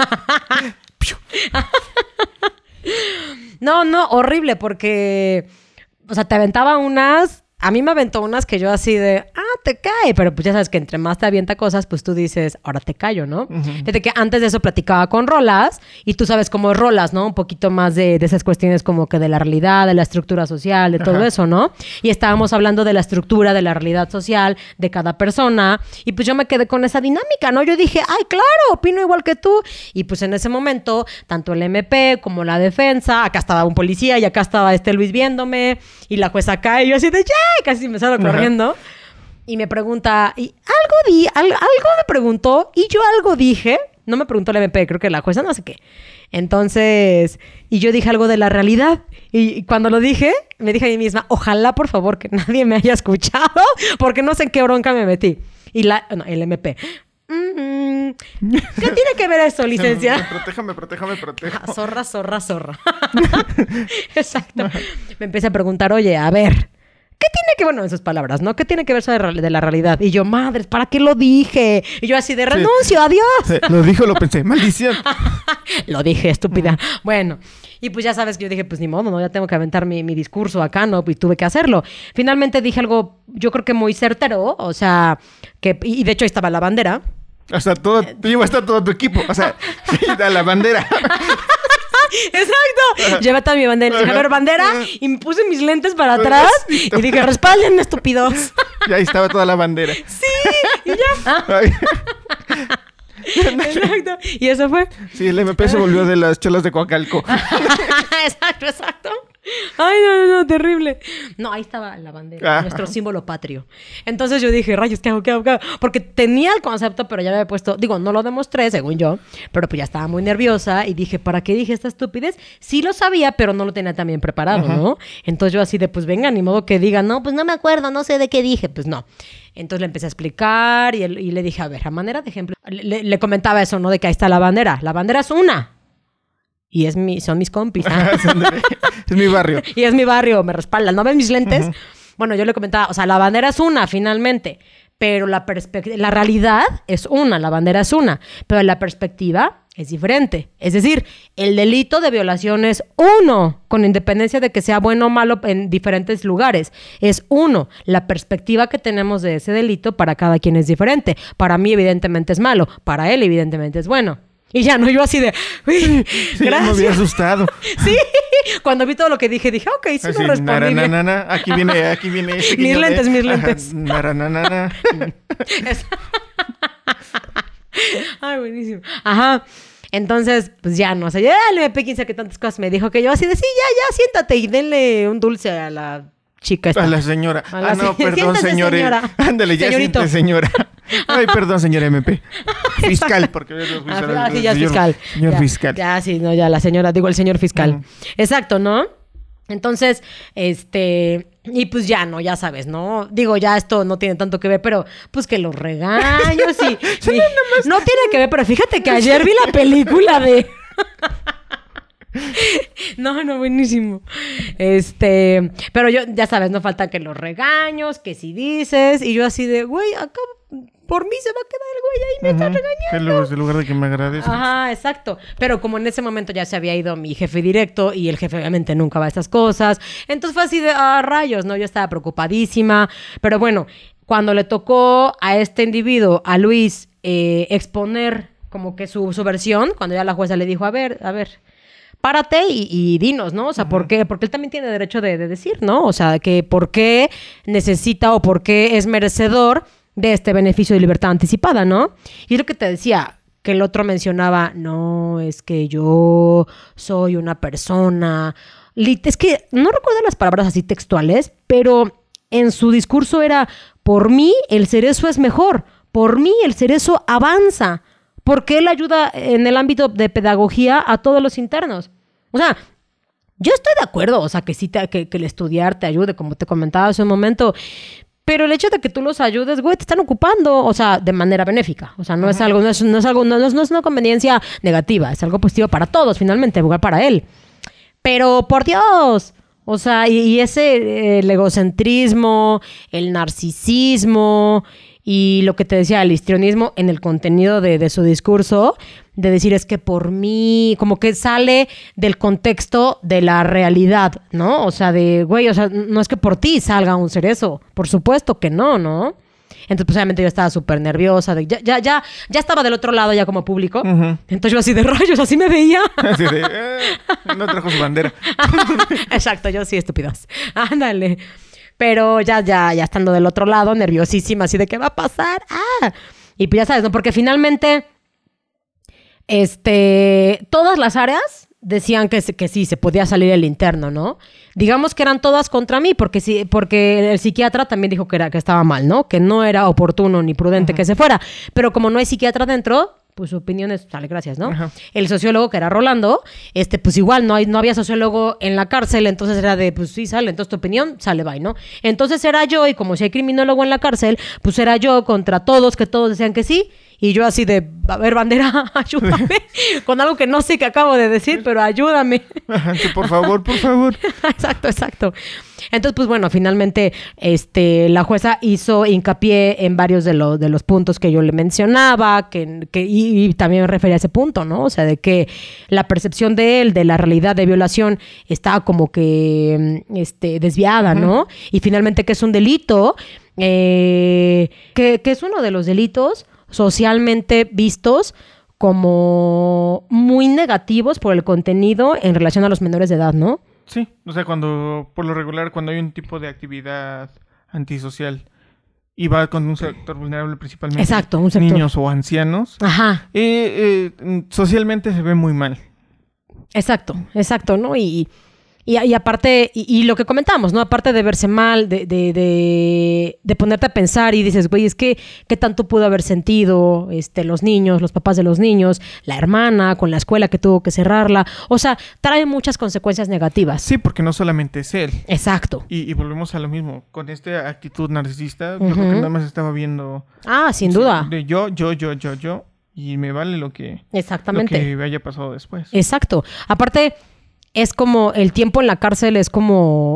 [SPEAKER 1] No, no, horrible, porque... O sea, te aventaba unas... A mí me aventó unas que yo así de, ah, te cae. Pero pues ya sabes que entre más te avienta cosas, pues tú dices, ahora te callo, ¿no? Uh-huh. Desde que antes de eso platicaba con Rolas y tú sabes cómo es Rolas, ¿no? Un poquito más de, de esas cuestiones como que de la realidad, de la estructura social, de todo uh-huh. eso, ¿no? Y estábamos hablando de la estructura, de la realidad social de cada persona. Y pues yo me quedé con esa dinámica, ¿no? Yo dije, ay, claro, opino igual que tú. Y pues en ese momento, tanto el M P como la defensa, acá estaba un policía y acá estaba este Luis viéndome y la jueza acá y yo así de, ya, casi me salgo corriendo. y me pregunta, y algo di, al, algo me preguntó y yo algo dije. No me preguntó la M P, creo que la jueza, no sé qué. Entonces, y yo dije algo de la realidad. Y, y cuando lo dije, me dije a mí misma, ojalá, por favor, que nadie me haya escuchado, porque no sé en qué bronca me metí. Y la, no, el M P. Mm-hmm. ¿Qué tiene que ver eso, licencia?
[SPEAKER 2] Me proteja, me proteja, me proteja.
[SPEAKER 1] Ah, zorra, zorra, zorra. Exacto. Me empecé a preguntar, oye, a ver, ¿qué tiene que ver, bueno, en sus palabras, ¿no? ¿Qué tiene que ver eso de, de la realidad? Y yo, madres, ¿para qué lo dije? Y yo así de renuncio, sí. Adiós.
[SPEAKER 2] Sí, lo dijo, lo pensé, maldición.
[SPEAKER 1] Lo dije, estúpida. Bueno, y pues ya sabes que yo dije, pues ni modo, ¿no? Ya tengo que aventar mi, mi discurso acá, ¿no? Y tuve que hacerlo. Finalmente dije algo, yo creo que muy certero, o sea, que, y de hecho ahí estaba la bandera.
[SPEAKER 2] Hasta todo, llevo hasta todo tu equipo, o sea, a la bandera.
[SPEAKER 1] Exacto. Llevé toda mi bandera. Dije, a ver, bandera. Y me puse mis lentes para atrás. Y dije, respalden, estúpidos.
[SPEAKER 2] Y ahí estaba toda la bandera.
[SPEAKER 1] Sí. Y ya. Exacto. Y eso fue.
[SPEAKER 2] Sí, el M P se volvió de las chelas de Coacalco.
[SPEAKER 1] Exacto, exacto. Ay, no, no, no, terrible. No, ahí estaba la bandera,
[SPEAKER 2] ah.
[SPEAKER 1] nuestro símbolo patrio. Entonces yo dije, rayos, ¿qué hago, qué hago, qué hago? Porque tenía el concepto, pero ya me había puesto, digo, no lo demostré, según yo, pero pues ya estaba muy nerviosa y dije, ¿para qué dije esta estupidez? Sí lo sabía, pero no lo tenía tan bien preparado, uh-huh. ¿no? Entonces yo así de, pues venga, ni modo que diga, no, pues no me acuerdo, no sé de qué dije, pues no. Entonces le empecé a explicar y, él, y le dije, a ver, a manera de ejemplo, le, le comentaba eso, ¿no? De que ahí está la bandera. La bandera es una. Y es mi, son mis compis. ¿eh?
[SPEAKER 2] Es mi barrio.
[SPEAKER 1] Y es mi barrio, me respaldan. ¿No ven mis lentes? Uh-huh. Bueno, yo le comentaba, o sea, la bandera es una, finalmente. Pero la perspectiva, la realidad es una, la bandera es una. Pero la perspectiva es diferente. Es decir, el delito de violación es uno, con independencia de que sea bueno o malo en diferentes lugares. Es uno. La perspectiva que tenemos de ese delito para cada quien es diferente. Para mí, evidentemente, es malo. Para él, evidentemente, es bueno. Y ya, no, yo así de... Uy,
[SPEAKER 2] sí, gracias. Me había asustado.
[SPEAKER 1] Sí, cuando vi todo lo que dije, dije, ok, sí así, me respondí bien.
[SPEAKER 2] Aquí viene, aquí viene... Este
[SPEAKER 1] mis lentes, de... mis lentes.
[SPEAKER 2] Naranana.
[SPEAKER 1] Ay, buenísimo. Ajá. Entonces, pues ya no, o sea, ya el M P quince que tantas cosas me dijo que yo así de, sí, ya, ya, siéntate y denle un dulce a la chica esta.
[SPEAKER 2] A la señora.
[SPEAKER 1] A la
[SPEAKER 2] ah, no,
[SPEAKER 1] se...
[SPEAKER 2] perdón, señora. Señora. Ándale, ya siéntate, señora. Ay, perdón, señora M P. Fiscal, porque yo fui
[SPEAKER 1] ah, sí, ya es fiscal.
[SPEAKER 2] Señor
[SPEAKER 1] ya,
[SPEAKER 2] fiscal.
[SPEAKER 1] Ya, sí, no, ya la señora, digo el señor fiscal. Mm. Exacto, ¿no? Entonces, este... Y pues ya, no, ya sabes, ¿no? Digo, ya esto no tiene tanto que ver, pero pues que los regaños y...
[SPEAKER 2] sí,
[SPEAKER 1] y
[SPEAKER 2] no, más...
[SPEAKER 1] no tiene que ver, pero fíjate que ayer vi la película de... No, no, buenísimo. Este, pero yo, ya sabes, no falta que los regaños, que si dices, y yo así de, güey, acá por mí se va a quedar el güey ahí, me uh-huh. está regañando.
[SPEAKER 2] En lugar de que me agradezcas.
[SPEAKER 1] Ajá, exacto. Pero como en ese momento ya se había ido mi jefe directo y el jefe obviamente nunca va a estas cosas, entonces fue así de, ah, rayos, ¿no? Yo estaba preocupadísima, pero bueno, cuando le tocó a este individuo, a Luis, eh, exponer como que su, su versión, cuando ya la jueza le dijo, a ver, a ver... párate y, y dinos, ¿no? O sea, uh-huh. ¿por qué? Porque él también tiene derecho de, de decir, ¿no? O sea, que por qué necesita o por qué es merecedor de este beneficio de libertad anticipada, ¿no? Y es lo que te decía, que el otro mencionaba, no, es que yo soy una persona... Es que no recuerdo las palabras así textuales, pero en su discurso era, por mí el cerezo es mejor, por mí el cerezo avanza, porque él ayuda en el ámbito de pedagogía a todos los internos. O sea, yo estoy de acuerdo, o sea, que sí, te, que, que el estudiar te ayude, como te comentaba hace un momento, pero el hecho de que tú los ayudes, güey, te están ocupando, o sea, de manera benéfica. O sea, no uh-huh. es algo, no es, no es algo, no, no, es, no es una conveniencia negativa, es algo positivo para todos, finalmente, igual para él. Pero, por Dios, o sea, y, y ese, el egocentrismo, el narcisismo... Y lo que te decía, el histrionismo en el contenido de, de su discurso, de decir es que por mí, como que sale del contexto de la realidad, ¿no? O sea, de, güey, o sea, no es que por ti salga un cerezo, por supuesto que no, ¿no? Entonces, pues, obviamente yo estaba súper nerviosa, de, ya, ya, ya, ya estaba del otro lado ya como público. Uh-huh. Entonces yo así de rayos, así me veía.
[SPEAKER 2] Así de, eh, no trajo su bandera.
[SPEAKER 1] Exacto, yo sí, estúpidos. Ándale. Pero ya, ya, ya estando del otro lado, nerviosísima, así de ¿qué va a pasar? ¡Ah! Y pues ya sabes, ¿no? Porque finalmente, este, todas las áreas decían que, que sí, se podía salir el interno, ¿no? Digamos que eran todas contra mí, porque sí, porque el psiquiatra también dijo que, era, que estaba mal, ¿no? Que no era oportuno ni prudente uh-huh. que se fuera. Pero como no hay psiquiatra dentro, pues su opinión es, sale, gracias, ¿no? Uh-huh. El sociólogo, que era Rolando, este, pues igual no, hay, no había sociólogo en la cárcel, entonces era de, pues sí, sale, entonces tu opinión, sale, bye, ¿no? Entonces era yo, y como si hay criminólogo en la cárcel, pues era yo contra todos, que todos decían que sí, y yo así de, a ver, bandera, ayúdame, con algo que no sé que acabo de decir, pero ayúdame.
[SPEAKER 2] Por favor, por favor.
[SPEAKER 1] Exacto, exacto. Entonces, pues bueno, finalmente este, la jueza hizo hincapié en varios de, lo, de los puntos que yo le mencionaba, que, que, y, y también me refería a ese punto, ¿no? O sea, de que la percepción de él, de la realidad de violación, estaba como que este, desviada, ¿no? Uh-huh. Y finalmente que es un delito, eh, que, que es uno de los delitos socialmente vistos como muy negativos por el contenido en relación a los menores de edad, ¿no?
[SPEAKER 2] Sí, o sea, cuando, por lo regular, cuando hay un tipo de actividad antisocial y va con un sector vulnerable principalmente,
[SPEAKER 1] exacto, un sector.
[SPEAKER 2] Niños o ancianos,
[SPEAKER 1] ajá,
[SPEAKER 2] eh, eh, socialmente se ve muy mal.
[SPEAKER 1] Exacto, exacto, ¿no? Y, y, y aparte, y, y lo que comentamos, ¿no? Aparte de verse mal, de, de, de, de ponerte a pensar y dices, güey, es que, ¿qué tanto pudo haber sentido este, los niños, los papás de los niños, la hermana con la escuela que tuvo que cerrarla? O sea, trae muchas consecuencias negativas.
[SPEAKER 2] Sí, porque no solamente es él.
[SPEAKER 1] Exacto.
[SPEAKER 2] Y, y volvemos a lo mismo. Con esta actitud narcisista, uh-huh. yo creo que nada más estaba viendo...
[SPEAKER 1] Ah, sin
[SPEAKER 2] sí,
[SPEAKER 1] duda.
[SPEAKER 2] De yo, yo, yo, yo, yo. Y me vale lo que...
[SPEAKER 1] Exactamente.
[SPEAKER 2] Lo que haya pasado después.
[SPEAKER 1] Exacto. Aparte... Es como, el tiempo en la cárcel es como...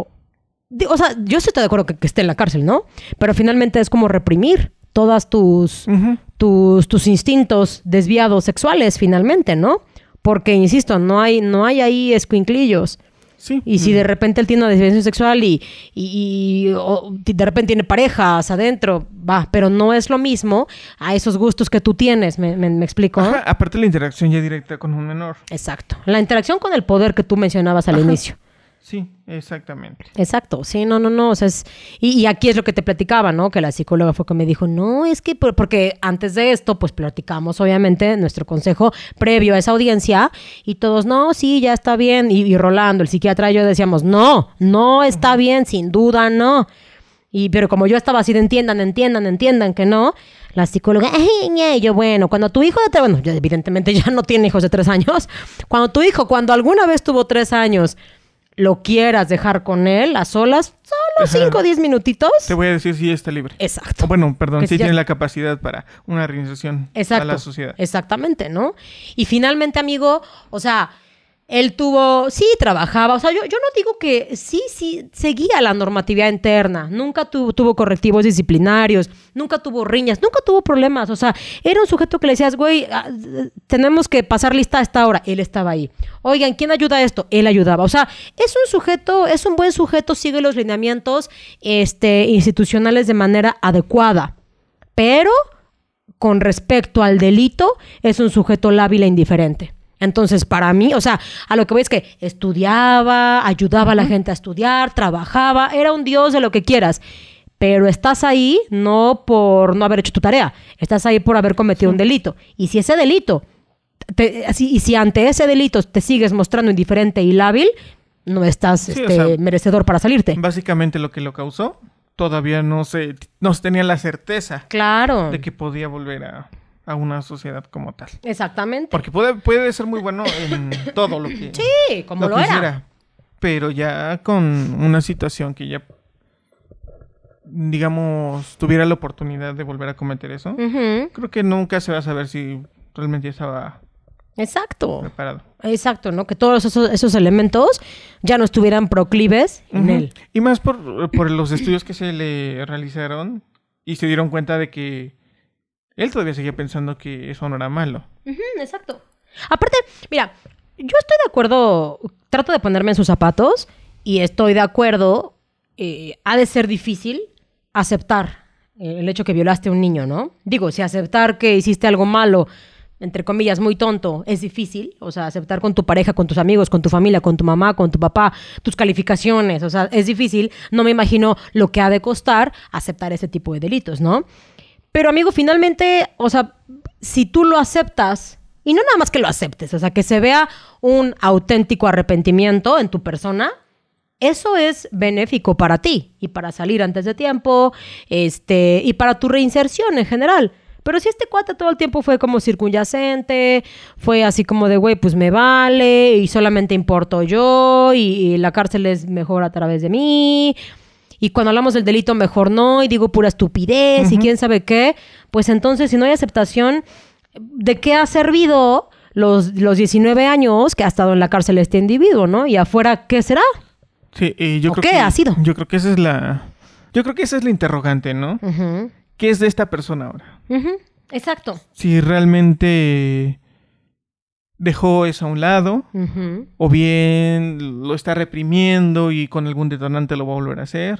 [SPEAKER 1] O sea, yo estoy de acuerdo que, que esté en la cárcel, ¿no? Pero finalmente es como reprimir todas tus, uh-huh. tus, tus instintos desviados sexuales, finalmente, ¿no? Porque, insisto, no hay, no hay ahí escuinclillos.
[SPEAKER 2] Sí.
[SPEAKER 1] Y si de repente él tiene una desviación sexual y, y, y o de repente tiene parejas adentro, va, pero no es lo mismo a esos gustos que tú tienes, ¿me, me, me explico?
[SPEAKER 2] Ajá, aparte la interacción ya directa con un menor.
[SPEAKER 1] Exacto. La interacción con el poder que tú mencionabas al Ajá. inicio.
[SPEAKER 2] Sí, exactamente.
[SPEAKER 1] Exacto, sí, no, no, no, o sea, es, y, y aquí es lo que te platicaba, ¿no? Que la psicóloga fue que me dijo, no, es que, porque antes de esto, pues platicamos, obviamente, nuestro consejo previo a esa audiencia, y todos, no, sí, ya está bien, y, y Rolando, el psiquiatra y yo decíamos, no, no está uh-huh. bien, sin duda, no. Y, pero como yo estaba así de entiendan, entiendan, entiendan que no, la psicóloga, y yo, bueno, cuando tu hijo de tres, bueno, evidentemente ya no tiene hijos de tres años, cuando tu hijo, cuando alguna vez tuvo tres años, lo quieras dejar con él a solas, solo cinco o diez minutitos.
[SPEAKER 2] Te voy a decir si está libre.
[SPEAKER 1] Exacto.
[SPEAKER 2] O bueno, perdón, si
[SPEAKER 1] si ya...
[SPEAKER 2] tiene la capacidad para una reinserción
[SPEAKER 1] Exacto.
[SPEAKER 2] a la sociedad.
[SPEAKER 1] Exactamente, ¿no? Y finalmente, amigo, o sea, él tuvo, sí, trabajaba, o sea, yo, yo no digo que sí, sí, seguía la normatividad interna, nunca tu, tuvo correctivos disciplinarios, nunca tuvo riñas, nunca tuvo problemas, o sea, era un sujeto que le decías, güey, tenemos que pasar lista a esta hora, él estaba ahí. Oigan, ¿quién ayuda a esto? Él ayudaba, o sea, es un sujeto, es un buen sujeto, sigue los lineamientos este, institucionales de manera adecuada, pero con respecto al delito, es un sujeto lábil e indiferente. Entonces, para mí, o sea, a lo que voy es que estudiaba, ayudaba a la gente a estudiar, trabajaba, era un dios de lo que quieras. Pero estás ahí no por no haber hecho tu tarea, estás ahí por haber cometido sí. un delito. Y si ese delito, te, y si ante ese delito te sigues mostrando indiferente y lábil, no estás sí, este, o sea, merecedor para salirte.
[SPEAKER 2] Básicamente lo que lo causó, todavía no se, no se tenía la certeza
[SPEAKER 1] claro.
[SPEAKER 2] de que podía volver a... a una sociedad como tal.
[SPEAKER 1] Exactamente.
[SPEAKER 2] Porque puede, puede ser muy bueno en todo lo que
[SPEAKER 1] sí, como lo, lo
[SPEAKER 2] quisiera,
[SPEAKER 1] era.
[SPEAKER 2] Pero ya con una situación que ya, digamos, tuviera la oportunidad de volver a cometer eso, uh-huh. creo que nunca se va a saber si realmente ya estaba
[SPEAKER 1] Exacto.
[SPEAKER 2] preparado.
[SPEAKER 1] Exacto, ¿no? Que todos esos, esos elementos ya no estuvieran proclives uh-huh. en él.
[SPEAKER 2] Y más por, por los estudios que se le realizaron y se dieron cuenta de que él todavía seguía pensando que eso no era malo.
[SPEAKER 1] Uh-huh, exacto. Aparte, mira, yo estoy de acuerdo, trato de ponerme en sus zapatos y estoy de acuerdo, eh, ha de ser difícil aceptar eh, el hecho que violaste a un niño, ¿no? Digo, si aceptar que hiciste algo malo, entre comillas, muy tonto, es difícil, o sea, aceptar con tu pareja, con tus amigos, con tu familia, con tu mamá, con tu papá, tus calificaciones, o sea, es difícil, no me imagino lo que ha de costar aceptar ese tipo de delitos, ¿no? Pero, amigo, finalmente, o sea, si tú lo aceptas Y no nada más que lo aceptes, o sea, que se vea un auténtico arrepentimiento en tu persona. Eso es benéfico para ti y para salir antes de tiempo, este, y para tu reinserción en general. Pero si este cuate todo el tiempo fue como circunyacente, fue así como de, güey, pues me vale y solamente importo yo y, y la cárcel es mejor a través de mí y cuando hablamos del delito mejor no y digo pura estupidez uh-huh. y quién sabe qué, pues entonces si no hay aceptación, ¿de qué ha servido los, los diecinueve años que ha estado en la cárcel este individuo, ¿no? Y afuera, ¿qué será?
[SPEAKER 2] Sí, y yo
[SPEAKER 1] ¿O
[SPEAKER 2] creo
[SPEAKER 1] qué
[SPEAKER 2] que,
[SPEAKER 1] ha sido?
[SPEAKER 2] Yo creo que esa es la... Yo creo que esa es la interrogante, ¿no?
[SPEAKER 1] Uh-huh.
[SPEAKER 2] ¿Qué es de esta persona ahora?
[SPEAKER 1] Uh-huh. Exacto.
[SPEAKER 2] Si realmente dejó eso a un lado, uh-huh. o bien lo está reprimiendo y con algún detonante lo va a volver a hacer.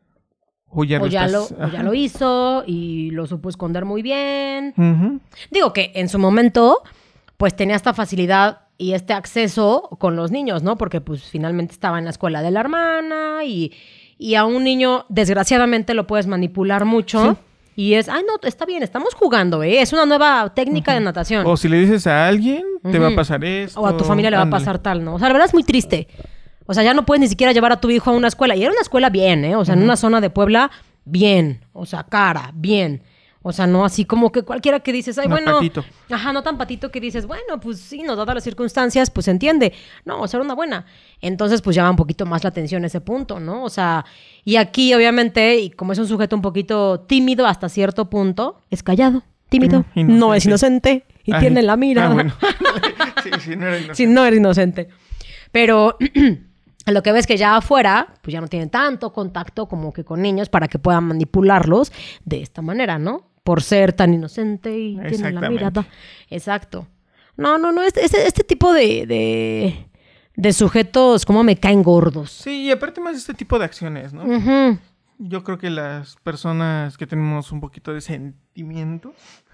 [SPEAKER 2] O ya,
[SPEAKER 1] o,
[SPEAKER 2] lo,
[SPEAKER 1] ya
[SPEAKER 2] estás...
[SPEAKER 1] lo, o ya lo hizo y lo supo esconder muy bien.
[SPEAKER 2] Uh-huh.
[SPEAKER 1] Digo que en su momento, pues tenía esta facilidad y este acceso con los niños, ¿no? Porque pues finalmente estaba en la escuela de la hermana y, y a un niño, desgraciadamente, lo puedes manipular mucho. Sí. Y es, ay, no, está bien, estamos jugando, ¿eh? Es una nueva técnica uh-huh. de natación.
[SPEAKER 2] O si le dices a alguien, uh-huh. te va a pasar esto.
[SPEAKER 1] O a tu familia le va Ándale. a pasar tal, ¿no? O sea, la verdad es muy triste. O sea, ya no puedes ni siquiera llevar a tu hijo a una escuela. Y era una escuela bien, ¿eh? O sea, uh-huh. en una zona de Puebla, bien. O sea, cara, bien. O sea, no así como que cualquiera que dices, ay, no bueno... patito. Ajá, no tan patito que dices, bueno, pues sí, no, dadas las circunstancias, pues se entiende. No, o sea, era una buena. Entonces, pues llama un poquito más la atención ese punto, ¿no? O sea, y aquí, obviamente, y como es un sujeto un poquito tímido hasta cierto punto, es callado, tímido, mm, no es inocente y ay, tiene la mirada.
[SPEAKER 2] Ah, bueno. sí, sí, no era inocente.
[SPEAKER 1] Sí, no eres inocente. Pero... Lo que ves que ya afuera, pues ya no tienen tanto contacto como que con niños para que puedan manipularlos de esta manera, ¿no? Por ser tan inocente y tienen la mirada. Exacto. No, no, no, este, este, este tipo de, de, de sujetos, ¿cómo me caen gordos?
[SPEAKER 2] Sí, y aparte más este tipo de acciones, ¿no?
[SPEAKER 1] Uh-huh.
[SPEAKER 2] Yo creo que las personas que tenemos un poquito de sentimientos,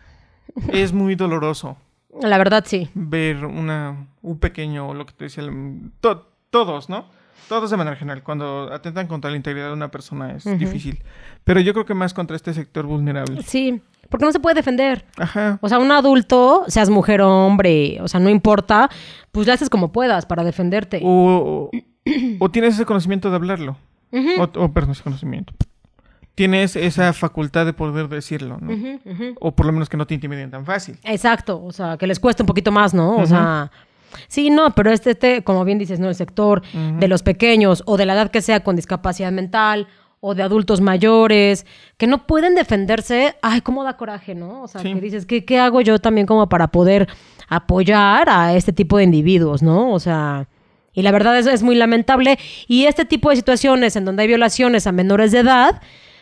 [SPEAKER 2] es muy doloroso.
[SPEAKER 1] La verdad, sí.
[SPEAKER 2] Ver una, un pequeño, lo que te decía, to, todos, ¿no? Todos de manera general, cuando atentan contra la integridad de una persona es uh-huh. difícil. Pero yo creo que más contra este sector vulnerable.
[SPEAKER 1] Sí, porque no se puede defender.
[SPEAKER 2] Ajá.
[SPEAKER 1] O sea, un adulto, seas mujer o hombre, o sea, no importa, pues le haces como puedas para defenderte.
[SPEAKER 2] O, o, o tienes ese conocimiento de hablarlo. Uh-huh. O, o, perdón, ese conocimiento. Tienes esa facultad de poder decirlo, ¿no? Uh-huh, uh-huh. O por lo menos que no te intimiden tan fácil.
[SPEAKER 1] Exacto, o sea, que les cueste un poquito más, ¿no? O uh-huh. sea... Sí, no, pero este, este, como bien dices, ¿no? El sector uh-huh. de los pequeños o de la edad que sea con discapacidad mental o de adultos mayores que no pueden defenderse, ay, cómo da coraje, ¿no? O sea, sí. que dices, ¿qué, ¿qué hago yo también como para poder apoyar a este tipo de individuos, ¿no? O sea, y la verdad es, es muy lamentable. Y este tipo de situaciones en donde hay violaciones a menores de edad,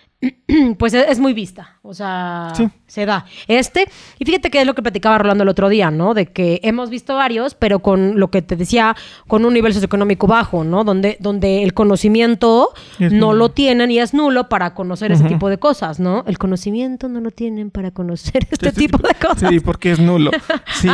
[SPEAKER 1] pues es, es muy vista, o sea, sí. se da. Este, y fíjate que es lo que platicaba Rolando el otro día, ¿no? De que hemos visto varios, pero con lo que te decía, con un nivel socioeconómico bajo, ¿no? Donde, donde el conocimiento es no nulo. Lo tienen y es nulo para conocer uh-huh. ese tipo de cosas, ¿no? El conocimiento no lo tienen para conocer este, este tipo, tipo de cosas.
[SPEAKER 2] Sí, porque es nulo. Sí.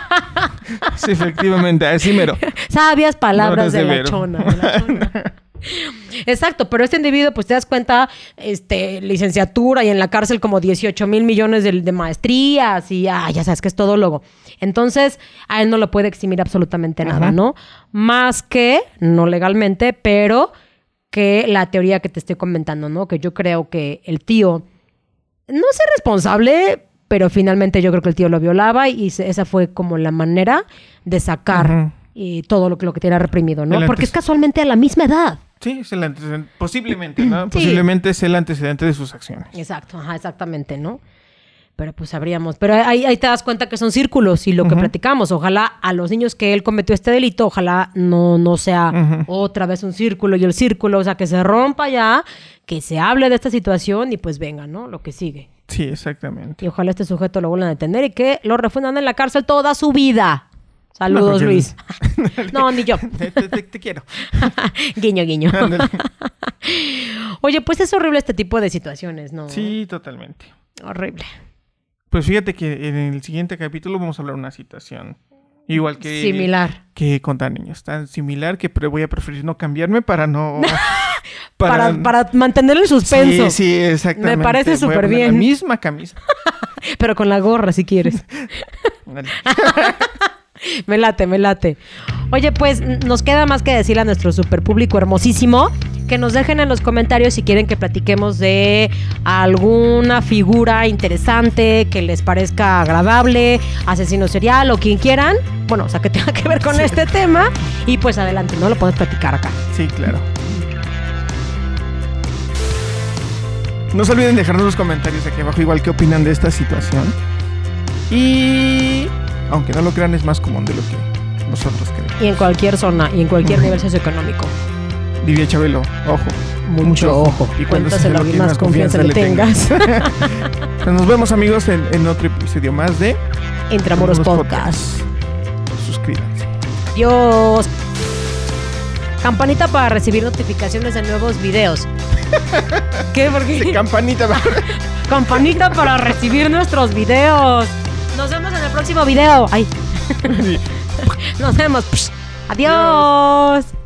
[SPEAKER 2] Sí, efectivamente, así mero.
[SPEAKER 1] Sabias palabras no de, de la chona, de la chona. Exacto, pero este individuo, pues te das cuenta, este, licenciatura y en la cárcel como dieciocho mil millones de, de maestrías y ah, ya sabes que es todólogo. Entonces, a él no lo puede eximir absolutamente uh-huh. nada, ¿no? Más que, no legalmente, pero que la teoría que te estoy comentando, ¿no? Que yo creo que el tío no es responsable, pero finalmente yo creo que el tío lo violaba y se, esa fue como la manera de sacar uh-huh. y todo lo que, lo que tiene reprimido, ¿no? Porque es casualmente a la misma edad.
[SPEAKER 2] Sí, es el antecedente, posiblemente, ¿no? Sí. Posiblemente es el antecedente de sus acciones.
[SPEAKER 1] Exacto, ajá, exactamente, ¿no? Pero pues sabríamos. Pero ahí, ahí te das cuenta que son círculos y lo uh-huh. que platicamos. Ojalá a los niños que él cometió este delito, ojalá no, no sea uh-huh. otra vez un círculo y el círculo, o sea, que se rompa ya, que se hable de esta situación y pues venga, ¿no? Lo que sigue.
[SPEAKER 2] Sí, exactamente.
[SPEAKER 1] Y ojalá este sujeto lo vuelvan a detener y que lo refundan en la cárcel toda su vida. Saludos, no, Luis. No, ni yo.
[SPEAKER 2] Te, te, te quiero.
[SPEAKER 1] Guiño, guiño. Oye, pues es horrible este tipo de situaciones, ¿no?
[SPEAKER 2] Sí, totalmente.
[SPEAKER 1] Horrible.
[SPEAKER 2] Pues fíjate que en el siguiente capítulo vamos a hablar de una situación igual que...
[SPEAKER 1] Similar.
[SPEAKER 2] Que contar niños. Tan similar que voy a preferir no cambiarme para no...
[SPEAKER 1] para, para, para mantener el suspenso.
[SPEAKER 2] Sí, sí, exactamente.
[SPEAKER 1] Me parece súper bien.
[SPEAKER 2] La misma camisa.
[SPEAKER 1] Pero con la gorra, si quieres.
[SPEAKER 2] Dale.
[SPEAKER 1] Me late, me late. Oye, pues nos queda más que decirle a nuestro super público hermosísimo que nos dejen en los comentarios si quieren que platiquemos de alguna figura interesante que les parezca agradable, asesino serial o quien quieran. Bueno, o sea, que tenga que ver con sí. este tema. Y pues adelante, ¿no? Lo podemos platicar acá.
[SPEAKER 2] Sí, claro. No se olviden dejarnos los comentarios aquí abajo igual qué opinan de esta situación. Y aunque no lo crean, es más común de lo que nosotros creemos.
[SPEAKER 1] Y en cualquier zona y en cualquier uh-huh. nivel socioeconómico.
[SPEAKER 2] Diría Chabelo, ojo.
[SPEAKER 1] Mucho, mucho ojo. ojo.
[SPEAKER 2] Y cuando se
[SPEAKER 1] lo que más confianza, confianza le tengas.
[SPEAKER 2] tengas. Nos vemos, amigos, en, en otro episodio más de
[SPEAKER 1] Entre Amoros Podcast.
[SPEAKER 2] Podcast. Suscríbanse.
[SPEAKER 1] Adiós. Campanita para recibir notificaciones de nuevos videos. ¿Qué? ¿Por qué?
[SPEAKER 2] Sí, campanita para...
[SPEAKER 1] campanita para recibir nuestros videos. Nos vemos en el próximo video. Ay. Sí. Nos vemos. Adiós. Adiós.